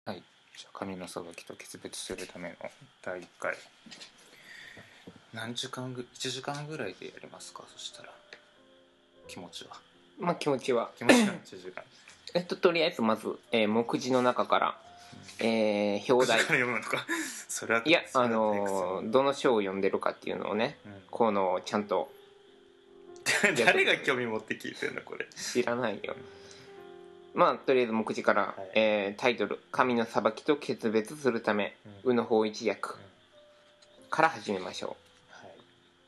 はい、じゃあ神の裁きと決別するための第1回何時間ぐ1時間ぐらいでやりますか。そしたら気持ちは気持ちは 1時間とりあえずまず、目次の中から、表題から読むのかそれはいやそれは退屈。 どの章を読んでるかっていうのをね、このちゃんと誰が興味持って聞いてるのこれ。 知らないよ。とりあえず目次から、 はいタイトル「神の裁きと決別するため、宇野法一役」から始めましょはい、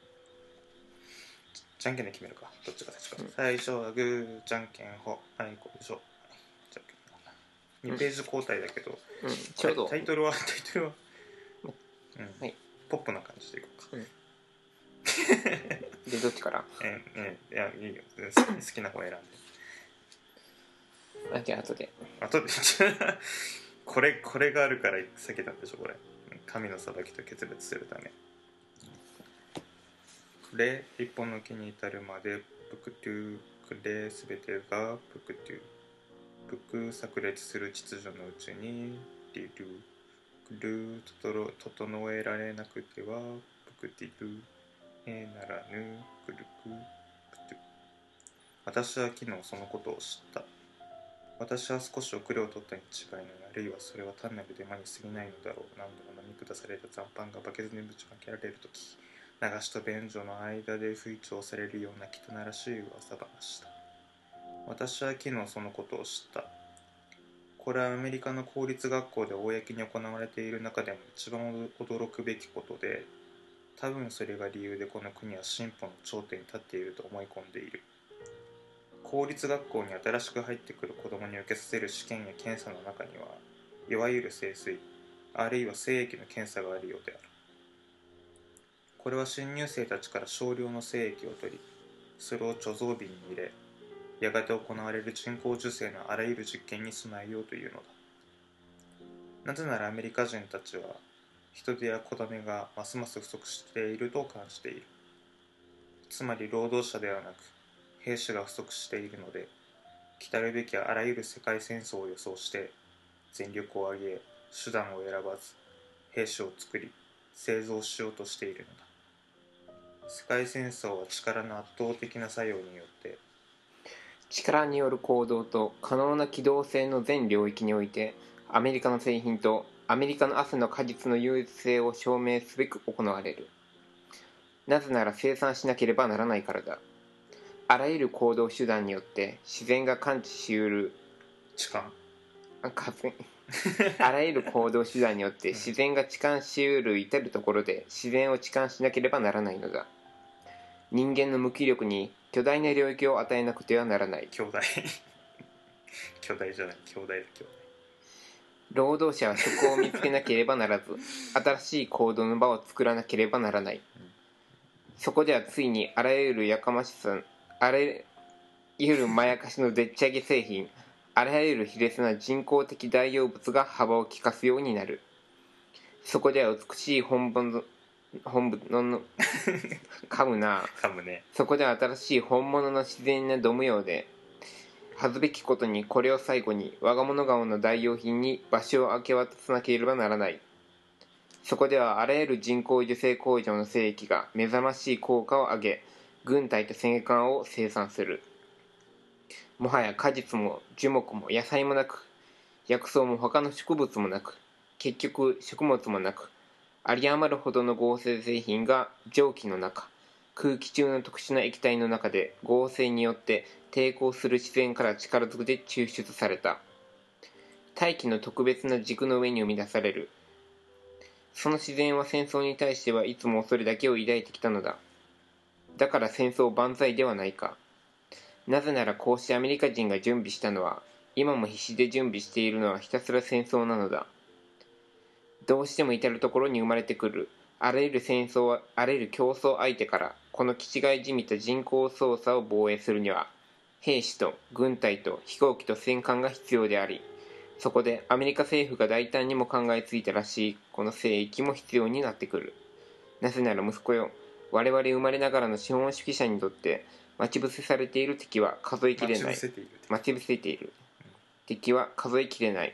じゃんけんで決めるか。どっちが最初か、最初はグーじゃんけんほはいこうでしょ。じゃんけん2ページ交代だけど、 ちょうどタイトルは、はい、ポップな感じでいこうか。 でどっちから？ いやいいよ、好きな方選んで。 じゃあ後でこれがあるから避けたんでしょこれ。神の裁きと決別するため。クレ一本の木に至るまでブクトゥクレすべてがブクトゥブク炸裂する秩序のうちにリルクル整えられなくてはブクティルならぬクルクプトゥ。私は昨日そのことを知った。私は少し遅れを取ったに違いない。あるいはそれは単なるデマに過ぎないのだろう。何度も飲み下された残飯がバケツにぶちまけられるとき、流しと便所の間で吹聴されるような汚らしい噂話だ。私は昨日そのことを知った。これはアメリカの公立学校で公に行われている中でも一番驚くべきことで、多分それが理由でこの国は進歩の頂点に立っていると思い込んでいる。公立学校に新しく入ってくる子供に受けさせる試験や検査の中には、いわゆる聖水、あるいは精液の検査があるようである。これは新入生たちから少量の精液を取り、それを貯蔵瓶に入れ、やがて行われる人工授精のあらゆる実験に備えようというのだ。なぜならアメリカ人たちは、人手や子種がますます不足していると感じている。つまり労働者ではなく、兵士が不足しているので、来るべきあらゆる世界戦争を予想して全力を挙げ手段を選ばず兵士を作り製造しようとしているのだ。世界戦争は力の圧倒的な作用によって力による行動と可能な機動性の全領域においてアメリカの製品とアメリカの汗の果実の優越性を証明すべく行われる。なぜなら生産しなければならないからだ。あらゆる行動手段によって自然が感知しうる痴漢あらゆる行動手段によって自然が痴漢しうる至るところで自然を痴漢しなければならないのだ。人間の無気力に巨大な領域を与えなくてはならない。 兄弟巨大じゃない兄弟だ兄弟。 労働者は職を見つけなければならず新しい行動の場を作らなければならない。そこではついにあらゆるやかましさ、あらゆるまやかしのでっち上げ製品、あらゆる卑劣な人工的代用物が幅を利かすようになる。そこでは美しい本物の噛むな噛むね。 そこでは新しい本物の自然なドム用で恥ずべきことにこれを最後に我が物顔の代用品に場所を明け渡さなければならない。そこではあらゆる人工授精工場の精液が目覚ましい効果を上げ軍隊と戦艦を生産する。もはや果実も樹木も野菜もなく薬草も他の植物もなく結局食物もなく有り余るほどの合成製品が蒸気の中空気中の特殊な液体の中で合成によって抵抗する自然から力ずくで抽出された。大気の特別な軸の上に生み出される。その自然は戦争に対してはいつも恐れだけを抱いてきたのだ。だから戦争万歳ではないか。なぜならこうしてアメリカ人が準備したのは今も必死で準備しているのはひたすら戦争なのだ。どうしても至るところに生まれてくるあらゆる競争相手からこの気違いじみた人工操作を防衛するには兵士と軍隊と飛行機と戦艦が必要であり、そこでアメリカ政府が大胆にも考えついたらしいこの聖域も必要になってくる。なぜなら息子よ、我々生まれながらの資本主義者にとって待ち伏せされている敵は数えきれない。待ち伏せている敵は数えきれない。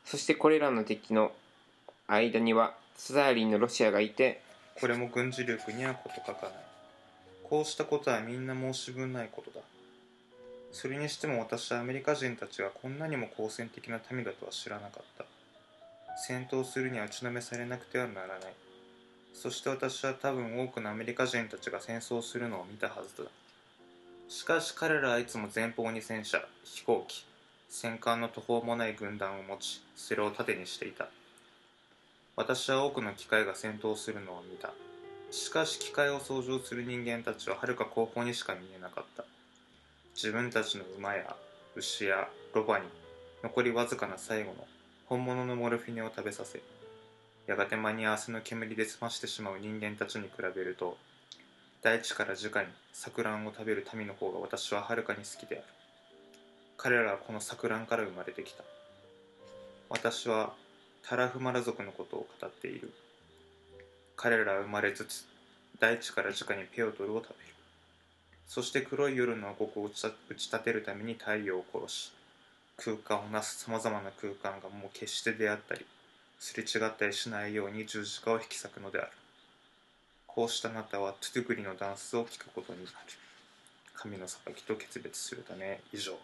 そしてこれらの敵の間にはスターリンのロシアがいて、 これも軍事力には事欠かない。こうしたことはみんな申し分ないことだ。それにしても私はアメリカ人たちがこんなにも好戦的な民だとは知らなかった。戦闘するには打ちのめされなくてはならない。そして私は多分多くのアメリカ人たちが戦争するのを見たはずだ。しかし彼らはいつも前方に戦車、飛行機、戦艦の途方もない軍団を持ち、それを盾にしていた。私は多くの機械が戦闘するのを見た。しかし機械を操縦する人間たちははるか後方にしか見えなかった。自分たちの馬や牛やロバに残りわずかな最後の本物のモルフィネを食べさせ、やがて間に合わせの煙で済ましてしまう人間たちに比べると、大地から直に錯乱を食べる民の方が私ははるかに好きである。彼らはこの錯乱から生まれてきた。私はタラフマラ族のことを語っている。彼らは生まれつつ大地から直にペオトルを食べる。そして黒い夜の王国を打ち立てるために太陽を殺し、空間をなすさまざまな空間がもう決して出会ったりすれ違ったりしないように十字架を引き裂くのである。こうしたあなたはトゥトゥグリのダンスを聞くことになる。神の裁きと決別するため。以上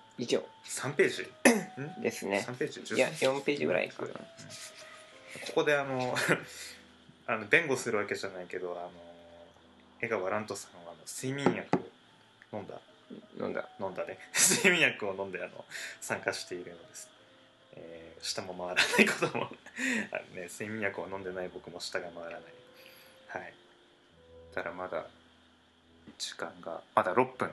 3ページですね。 3ページいや4ページぐらいかな。 ここで弁護するわけじゃないけど江川乱斗さんは睡眠薬を飲んだね睡眠薬を飲んで参加しているのです。舌も回らないことも睡眠薬を飲んでない僕も舌が回らない。はい。だからまだ時間がまだ6分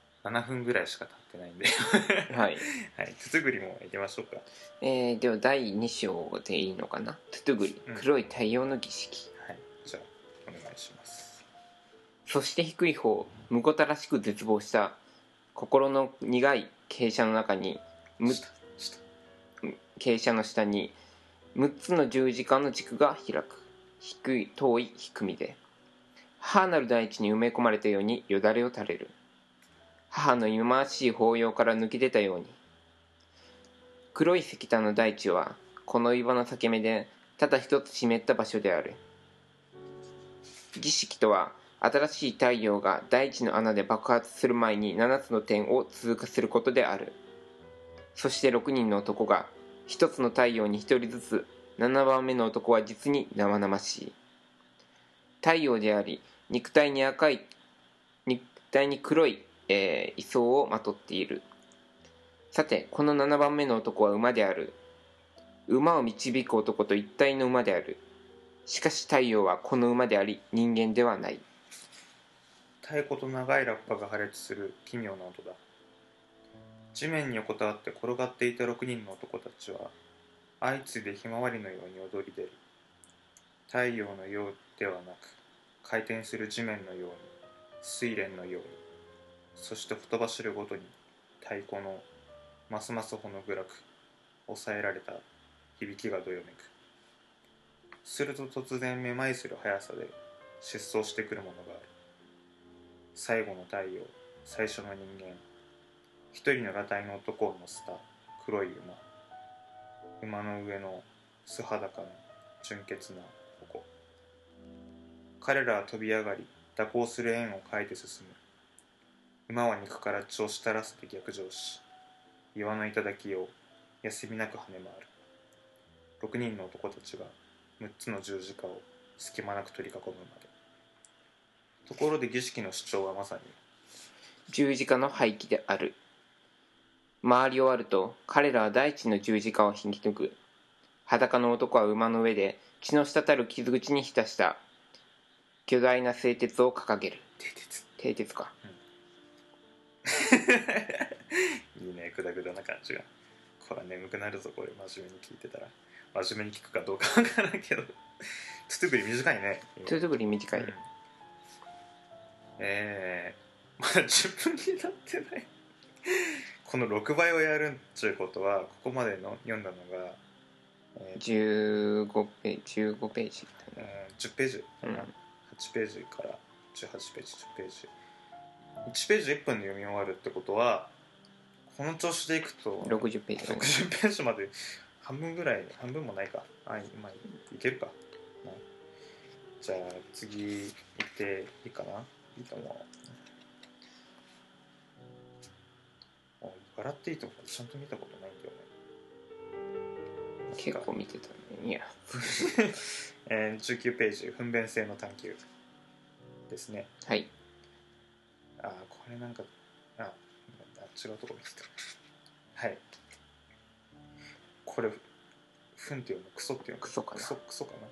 7分ぐらいしか経ってないんではい、 はい、トゥトゥグリも行きましょうか。 では第2章でいいのかな。トゥトゥグリ、黒い太陽の儀式。 はい、じゃあお願いします。 そして低い方、むごたらしく絶望した心の苦い傾斜の中に傾斜の下に6つの十字架の軸が開く。低い遠い低みで母なる大地に埋め込まれたようによだれを垂れる。母の忌まわしい抱擁から抜き出たように。黒い石炭の大地はこの岩の裂け目でただ一つ湿った場所である。儀式とは新しい太陽が大地の穴で爆発する前に7つの点を通過することである。そして6人の男が1つの太陽に1人ずつ。7番目の男は実に生々しい。太陽であり肉体に黒い、衣装をまとっている。さてこの7番目の男は馬である。馬を導く男と一体の馬である。しかし太陽はこの馬であり人間ではない。 太鼓と長いラッパが破裂する奇妙な音だ。地面に横たわって転がっていた6人の男たちは相次いでひまわりのように踊り出る。太陽のようではなく回転する地面のように、睡蓮のように、そしてほとばしるごとに太鼓のますますほの暗く抑えられた響きがどよめく。すると突然めまいする速さで疾走してくるものがある。最後の太陽、最初の人間、一人の裸体の男を乗せた黒い馬の上の素裸の純潔な矛。彼らは飛び上がり蛇行する円を描いて進む。馬は肉から血を滴らせて逆上し、岩の頂を休みなく跳ね回る。6人の男たちが6つの十字架を隙間なく取り囲むまで。ところで儀式の主張はまさに十字架の廃棄である。回り終わると彼らは大地の十字架を引き抜く。裸の男は馬の上で血の滴る傷口に浸した巨大な製鉄を掲げる。蹄鉄か、 いいね、グダグダな感じが。これ眠くなるぞ、これ真面目に聞いてたら。真面目に聞くかどうかわからないけどトゥトゥグリ短いね。 トゥトゥグリ短い、 まだ10分になってないこの6倍をやるっちゅうことはここまでの読んだのが、 15ページ、10ページ、 10ページ、8ページから18ページ、10ページ、1ページ1分で読み終わるってことはこの調子でいくと 60ページ 60ページまで半分ぐらい、半分もないか。まあいけるか。じゃあ次行っていいかな。いいと思う。笑っていいと思う。ちゃんと見たことないんだよね。 結構見てたね。いや 19ページ、糞便性の探求ですね。 はい。 これなんか違うところ見てた。はい。これ糞っていうのクソっていうのクソかな。 クソかな。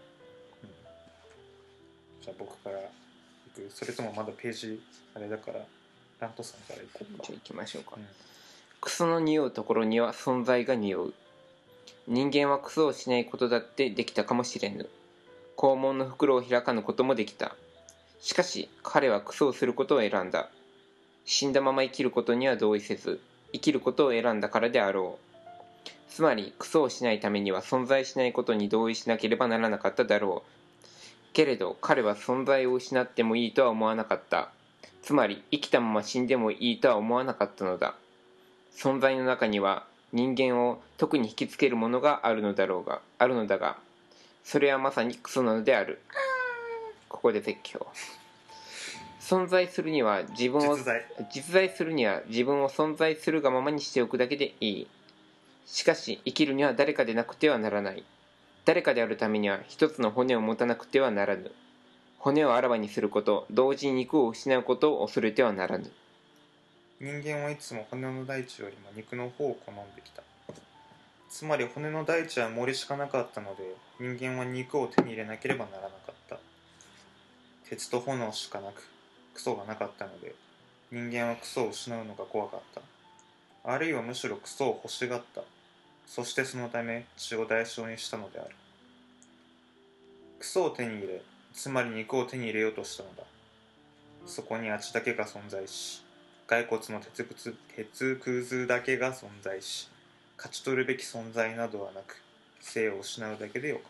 じゃあ僕から行く。それともまだページあれだからラントさんから行こうか。 じゃあ行きましょうか。 うん、 クソの匂うところには存在が匂う。人間はクソをしないことだってできたかもしれぬ。肛門の袋を開かぬこともできた。しかし彼はクソをすることを選んだ。死んだまま生きることには同意せず、生きることを選んだからであろう。つまりクソをしないためには存在しないことに同意しなければならなかっただろう。けれど彼は存在を失ってもいいとは思わなかった。つまり生きたまま死んでもいいとは思わなかったのだ。存在の中には人間を特に引きつけるものがあるのだが、それはまさにクソなのである。ここで絶叫。存在するには実在するには自分を存在するがままにしておくだけでいい。しかし生きるには誰かでなくてはならない。誰かであるためには一つの骨を持たなくてはならぬ。骨をあらわにすること、同時に肉を失うことを恐れてはならぬ。 人間はいつも骨の大地よりも肉の方を好んできた。つまり骨の大地は森しかなかったので、人間は肉を手に入れなければならなかった。鉄と炎しかなく、クソがなかったので、人間はクソを失うのが怖かった。あるいはむしろクソを欲しがった。そしてそのため血を代償にしたのである。クソを手に入れ、つまり肉を手に入れようとしたのだ。そこに血だけが存在し、骸骨の鉄くずだけが存在し、勝ち取るべき存在などはなく、生を失うだけでよかった。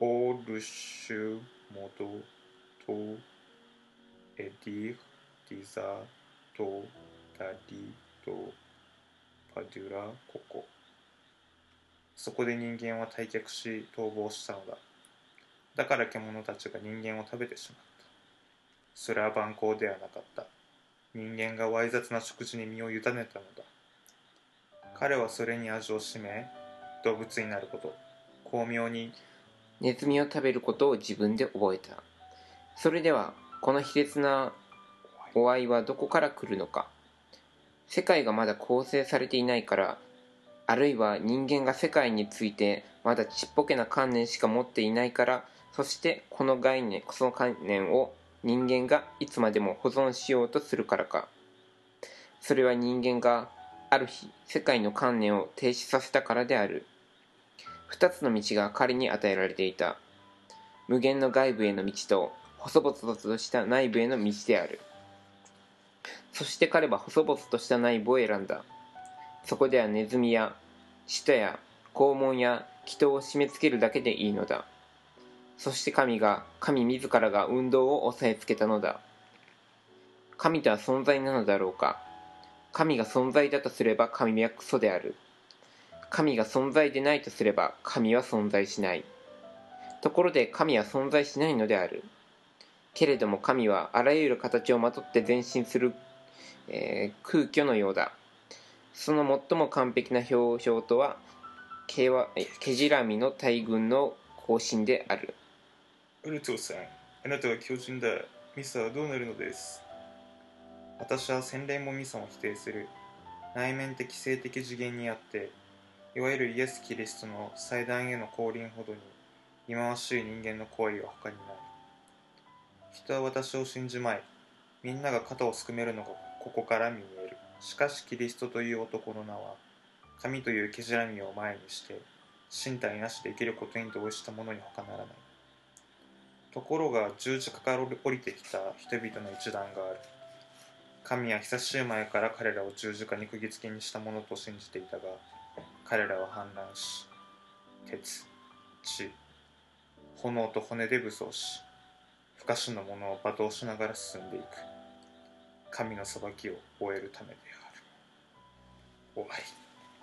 オールシュモドとエディディザとダディとパデュラココ。そこで人間は退却し逃亡したのだ。だから獣たちが人間を食べてしまった。それは蛮行ではなかった。人間がわい雑な食事に身を委ねたのだ。彼はそれに味を占め、動物になること、巧妙にネズミを食べることを自分で覚えた。それではこの卑劣なお愛はどこから来るのか。世界がまだ構成されていないから、あるいは人間が世界についてまだちっぽけな観念しか持っていないから、そしてその観念を人間がいつまでも保存しようとするからか。それは人間がある日世界の観念を停止させたからである。二つの道が彼に与えられていた。無限の外部への道と細々とした内部への道である。そして彼は細々とした内部を選んだ。そこではネズミや舌や肛門や気筒を締め付けるだけでいいのだ。そして神自らが運動を押さえつけたのだ。神とは存在なのだろうか。神が存在だとすれば神はクソである。神が存在でないとすれば神は存在しない。ところで神は存在しないのである。けれども神はあらゆる形をまとって前進する、空虚のようだ。その最も完璧な表彰とは毛じらみの大群の行進である。 ウルトさん、あなたは巨人だ。ミサはどうなるのです。私は洗礼もミサも否定する。内面的性的次元にあって、いわゆるイエス・キリストの祭壇への降臨ほどに忌まわしい人間の行為は他にない。人は私を信じまい。みんなが肩をすくめるのがここから見える。しかしキリストという男の名は、神という毛じらみを前にして、身体なしで生きることに同意したものに他ならない。ところが十字架から降りてきた人々の一団がある。神は久しい前から彼らを十字架に釘付けにしたものと信じていたが、彼らは反乱し、鉄、血、炎と骨で武装し、不可視のものを罵倒しながら進んでいく。神の裁きを終えるためである。終わり。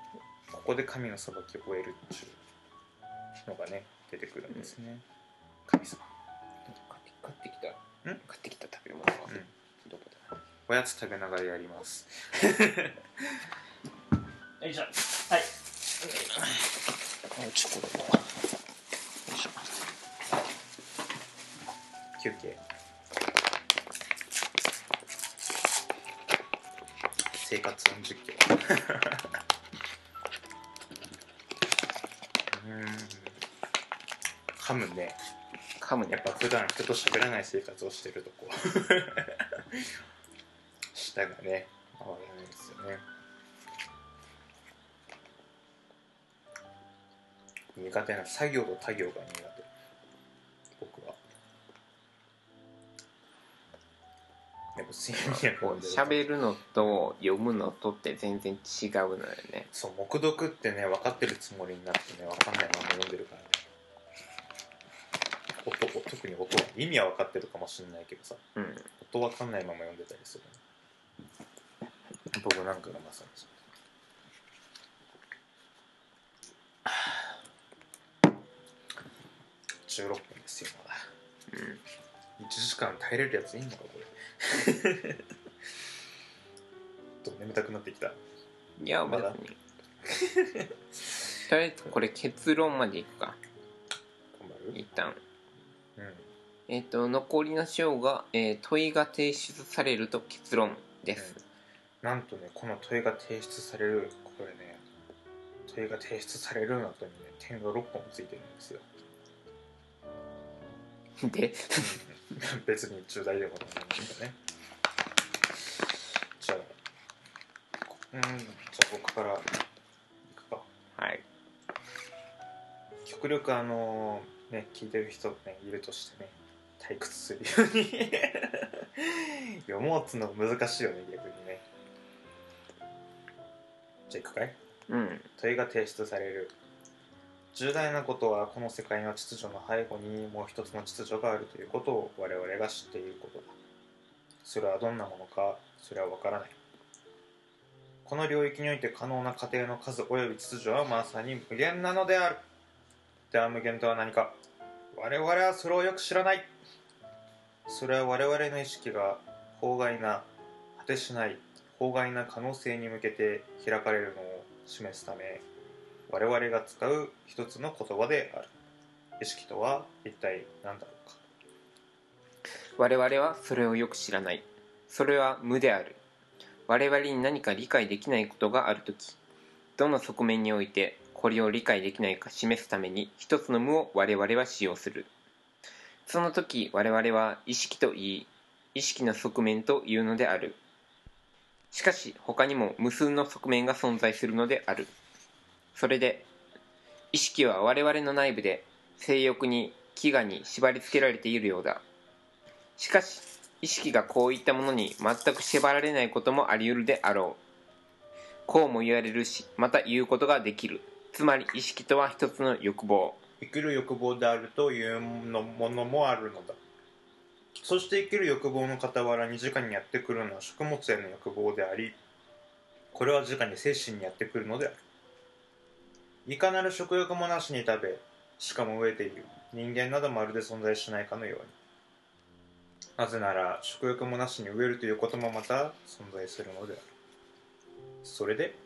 ここで神の裁きを終えるっていうのがね出てくるんですね、神様。 買ってきた食べ物は、どこだ。 おやつ食べながらやりますよいしょ。はい。 チョコレート。よいしょ。休憩。生活音実況噛むね。やっぱ普段人と喋らない生活をしてるとこう舌がね回らないですよね。苦手な作業と他行が苦手、僕は。やっぱ睡眠薬飲んでると喋るのと読むのとって全然違うのよね。 そう、黙読ってね分かってるつもりになってね分かんないまま読んでるからね。特に音は意味は分かってるかもしれないけどさ、音分かんないまま読んでたりする、ね、僕なんかがまさに16分ですよまだ、1時間耐えれるやついいのかこれと眠たくなってきた。 いやまだ別にとりあえずこれ結論までいくか。一旦残りの章が、問いが提出されると結論です、 なんとねこの問いが提出される、これね問いが提出されるの後にね点が6本ついてるんですよで別に重大でもないんですよね。じゃあ僕からいくか。 はい。 極力ね聞いてる人ねいるとしてね退屈するように読もうっつうのが難しいよね逆にね。じゃあいくかい。問いが提出される。重大なことはこの世界の秩序の背後にもう一つの秩序があるということを我々が知っていることだ。それはどんなものかそれは分からない。この領域において可能な過程の数および秩序はまさに無限なのである。では無限とは何か。我々はそれをよく知らない。それは我々の意識が法外な果てしない法外な可能性に向けて開かれるのを示すため我々が使う一つの言葉である。意識とは一体何だろうか。 我々はそれをよく知らない。それは無である。我々に何か理解できないことがあるとき、どの側面においてこれを理解できないか示すために一つの無を我々は使用する。その時我々は意識と言い、意識の側面というのである。しかし他にも無数の側面が存在するのである。それで意識は我々の内部で性欲に飢餓に縛り付けられているようだ。しかし意識がこういったものに全く縛られないこともあり得るであろう。こうも言われるし、また言うことができる。つまり意識とは一つの欲望。 生きる欲望であるというものもあるのだ。そして生きる欲望の傍らに直にやってくるのは食物への欲望であり、これは直に精神にやってくるのである。いかなる食欲もなしに食べ、しかも飢えている人間などまるで存在しないかのように。なぜなら食欲もなしに飢えるということもまた存在するのである。それで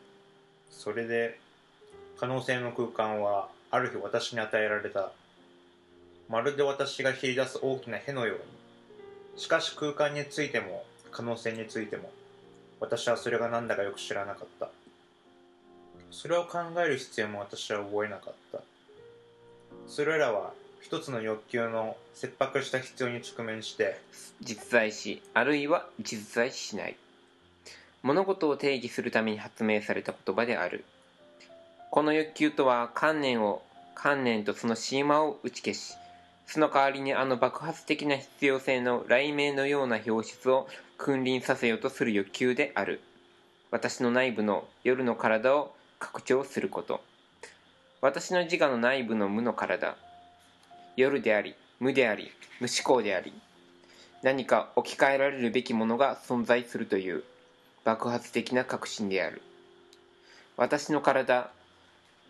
可能性の空間はある日私に与えられた。まるで私が切り出す大きなへのように。しかし空間についても可能性についても私はそれが何だかよく知らなかった。それを考える必要も私は覚えなかった。それらは一つの欲求の切迫した必要に直面して実在し、あるいは実在しない。物事を定義するために発明された言葉である。この欲求とは観念とその神話を打ち消し、その代わりにあの爆発的な必要性の雷鳴のような表出を君臨させようとする欲求である。私の内部の夜の体を拡張すること。私の自我の内部の無の体。夜であり、無であり、無思考であり、何か置き換えられるべきものが存在するという爆発的な確信である。私の体、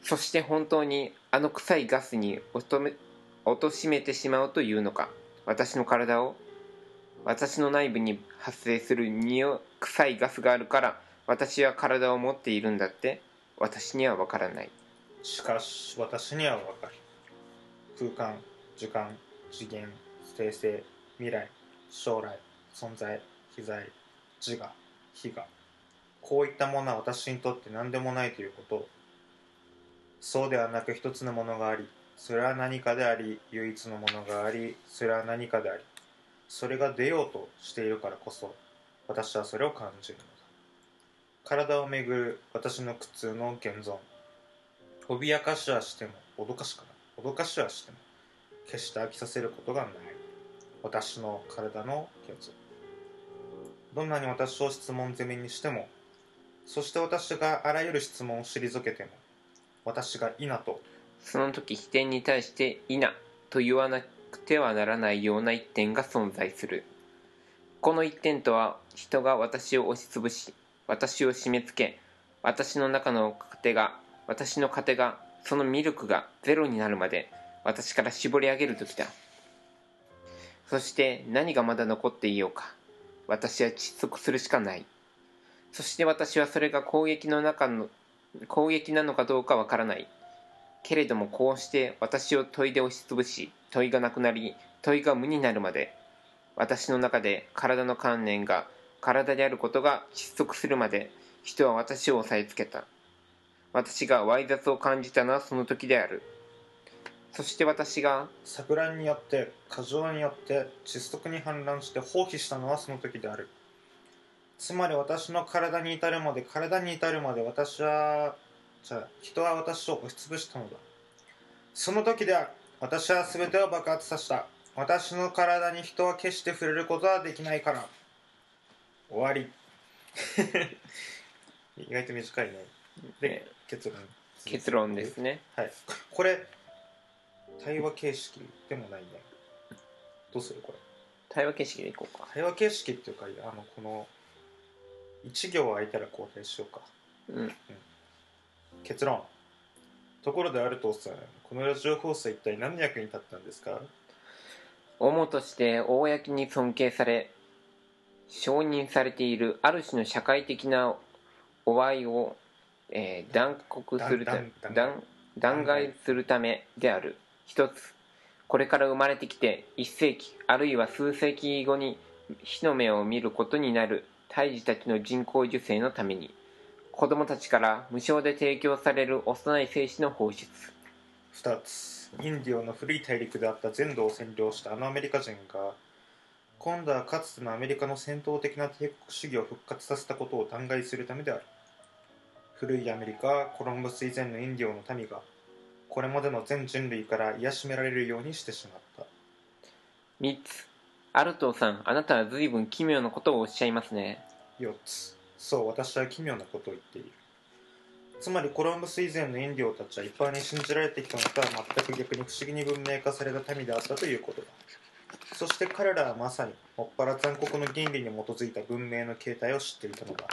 そして本当にあの臭いガスに貶しめてしまうというのか。私の体を、私の内部に発生する臭いガスがあるから私は体を持っているんだって。私にはわからない。 しかし私にはわかる。空間、時間、次元、生成、未来、将来、存在、非在、自我、非我、こういったものは私にとって何でもないということを。そうではなく一つのものがあり、それは何かであり、唯一のものがあり、それは何かであり、それが出ようとしているからこそ私はそれを感じるのだ。体をめぐる私の苦痛の現存、脅かしはしても、脅かしはしても決して飽きさせることがない私の体の現存。どんなに私を質問攻めにしても、そして私があらゆる質問を退けても、私が否と、 その時否定に対して否と言わなくてはならないような一点が存在する。この一点とは、人が私を押しつぶし、私を締め付け、私の糧が、そのミルクがゼロになるまで私から絞り上げる時だ。そして何がまだ残っていようか、私は窒息するしかない。そして私はそれが攻撃なのかどうかわからない。けれどもこうして私を問いで押しつぶし、問いがなくなり、問いが無になるまで、私の中で体の観念が体であることが窒息するまで、人は私を押さえつけた。私が猥雑を感じたのはその時である。そして私が錯乱によって過剰によって窒息に反乱して放棄したのはその時である。つまり私の体に至るまで人は私を押しつぶしたのだ。その時である。私は全てを爆発させた。私の体に人は決して触れることはできないから。終わり。意外と短いね。で、 結論ですね。 はい。これ対話形式でもないね。どうするこれ。 対話形式でいこうか。 対話形式っていうか、この1行空いたら交代しようか。結論。ところでアルトーさん、このラジオ放送一体何の役に立ったんですか？ 主として公に尊敬され承認されているある種の社会的なお愛を、断崖するためである。一つ、これから生まれてきて1世紀あるいは数世紀後に火の目を見ることになる胎児たちの人工授精のために、子供たちから無償で提供される幼い精子の放出。 2つ、インディオの古い大陸であった全土を占領したあのアメリカ人が今度はかつてのアメリカの戦闘的な帝国主義を復活させたことを弾劾するためである。古いアメリカ、コロンブス以前のインディオの民がこれまでの全人類から癒しめられるようにしてしまった。 3つ、アルトーさん、あなたは随分奇妙なことをおっしゃいますね。 4つ、そう、私は奇妙なことを言っている。つまりコロンブス以前のインディオたちは一般に信じられてきたのとは全く逆に不思議に文明化された民であったということだ。そして彼らはまさにもっぱら残酷の原理に基づいた文明の形態を知っていたのだ。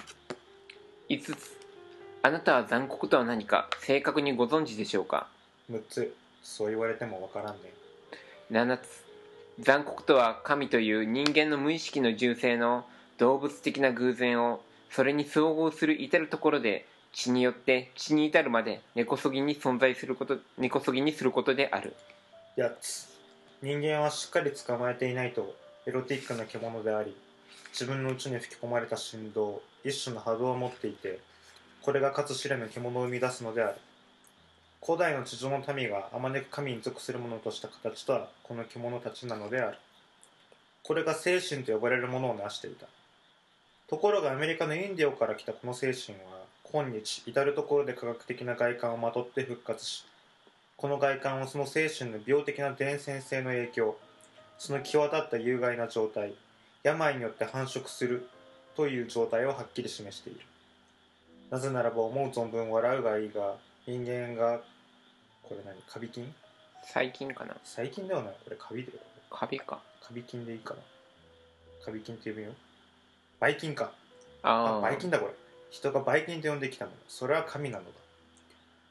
5つ、あなたは残酷とは何か正確にご存知でしょうか？ 6つ、そう言われてもわからんね。 7つ、残酷とは神という人間の無意識の銃声の動物的な偶然をそれに総合する至るところで血によって血に至るまで根こそぎにすることである。 8つ、人間はしっかり捕まえていないとエロティックな獣であり、自分の内に吹き込まれた振動、一種の波動を持っていて、これが数知れぬ獣を生み出すのである。古代の地上の民があまねく神に属するものとした形とはこの獣たちなのである。これが精神と呼ばれるものを成していた。ところがアメリカのインディオから来たこの精神は今日至る所で科学的な外観をまとって復活し、この外観をその精神の病的な伝染性の影響、その際立った有害な状態、病によって繁殖するという状態をはっきり示している。なぜならば思う存分笑うがいいが、人間がこれカビ菌？ 最近かな。 最近ではない、これカビだよ。 カビか。 カビ菌でいいかな。カビ菌って呼ぶよ。バイ菌か。 あバイ菌だこれ。人がバイ菌と呼んできたもの。それは神なのだ。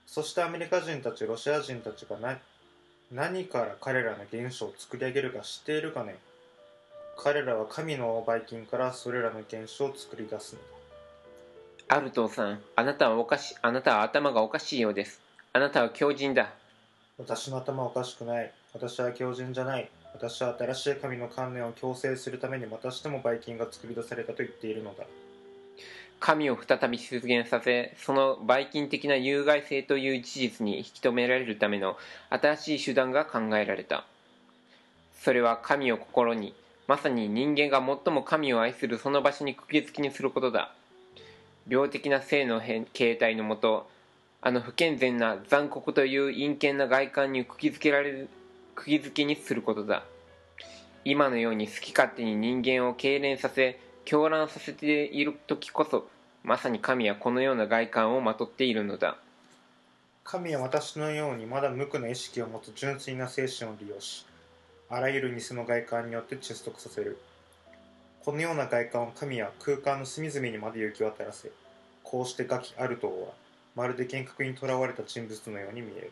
そしてアメリカ人たちロシア人たちが何から彼らの原子を作り上げるか知っているかね。彼らは神のばい菌からそれらの原子を作り出すのだ。 アルトーさん、あなたは頭がおかしいようです。あなたは狂人だ。 私の頭はおかしくない。私は狂人じゃない。私は新しい神の観念を強制するためにまたしてもばい菌が作り出されたと言っているのだ。 神を再び出現させ、そのばい菌的な有害性という事実に引き止められるための新しい手段が考えられた。それは神を心に、まさに人間が最も神を愛するその場所に釘付けにすることだ。病的な性の形態のもと、あの不健全な残酷という陰険な外観に釘付けにすることだ。今のように好き勝手に人間を痙攣させ、狂乱させている時こそ、まさに神はこのような外観をまとっているのだ。 神は私のようにまだ無垢な意識を持つ純粋な精神を利用し、あらゆる偽の外観によって窒息させる。このような外観を神は空間の隅々にまで行き渡らせ、こうしてガキアルトーはまるで幻覚にとらわれた人物のように見える。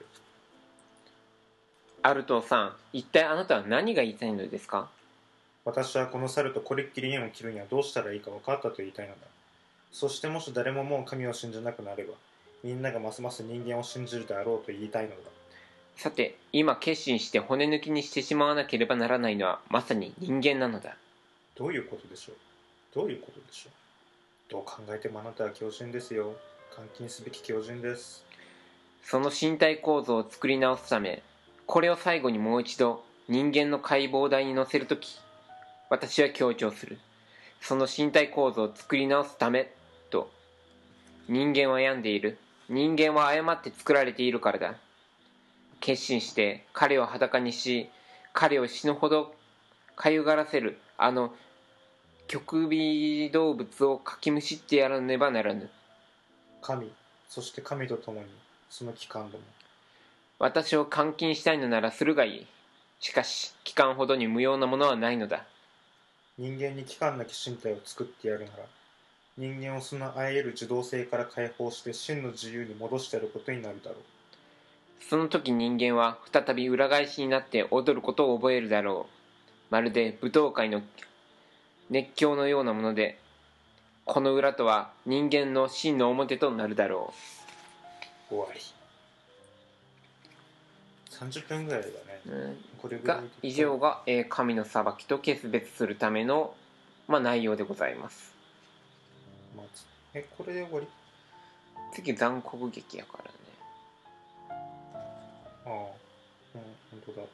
アルトーさん、一体あなたは何が言いたいのですか？ 私はこの猿とこれっきり縁を切るにはどうしたらいいか分かったと言いたいのだ。そしてもし誰ももう神を信じなくなれば、みんながますます人間を信じるであろうと言いたいのだ。 さて、今決心して骨抜きにしてしまわなければならないのはまさに人間なのだ。 どういうことでしょう。どういうことでしょう。どう考えてもあなたは狂人ですよ。監禁すべき狂人です。 その身体構造を作り直すため、これを最後にもう一度人間の解剖台に乗せるとき、私は強調する。その身体構造を作り直すためと。人間は病んでいる。人間は誤って作られているからだ。決心して彼を裸にし、彼を死ぬほどかゆがらせるあの極微動物をかきむしってやらねばならぬ。 神、そして神と共にその機関ども。 私を監禁したいのならするがいい。しかし機関ほどに無用なものはないのだ。 人間に機関なき身体を作ってやるなら、人間をそのあらゆる受動性から解放して真の自由に戻してやることになるだろう。 その時人間は再び裏返しになって踊ることを覚えるだろう。まるで舞踏会の熱狂のようなもので、この裏とは人間の真の表となるだろ終わり。30分ぐらいだね。これぐらい以上が、神の裁きと決別するための、内容でございます。 これで終わり？ 次残酷劇やからね。 ああ、本当だ。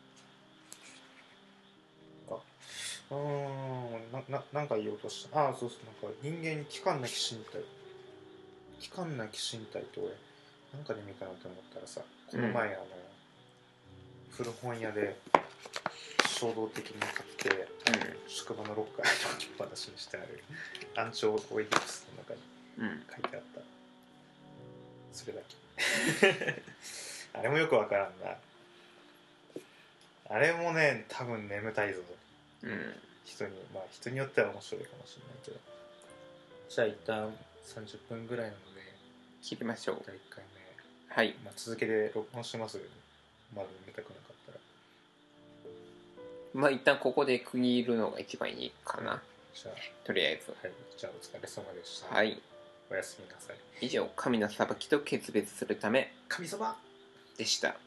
なんか言おうとした。そうそう、なんか人間に器官なき身体。器官なき身体って俺、なんかで見たなと思ったらさ、この前、古本屋で衝動的に買って、職場のロッカーに置きっぱなしにしてあるアンチョオイギプスの中に書いてあった。それだけ。あれもよくわからんな。あれもね、多分眠たいぞ。人によっては面白いかもしれないけど。じゃあ一旦30分ぐらいなので切りましょう。 第1回目。 はい。 続けて録音します。まだ見たくなかったら。一旦ここで区切るのが一番いいかな。 じゃあとりあえず。 はい。じゃあお疲れ様でした。 はい。 おやすみなさい。 以上、神の裁きと決別するため神様でした。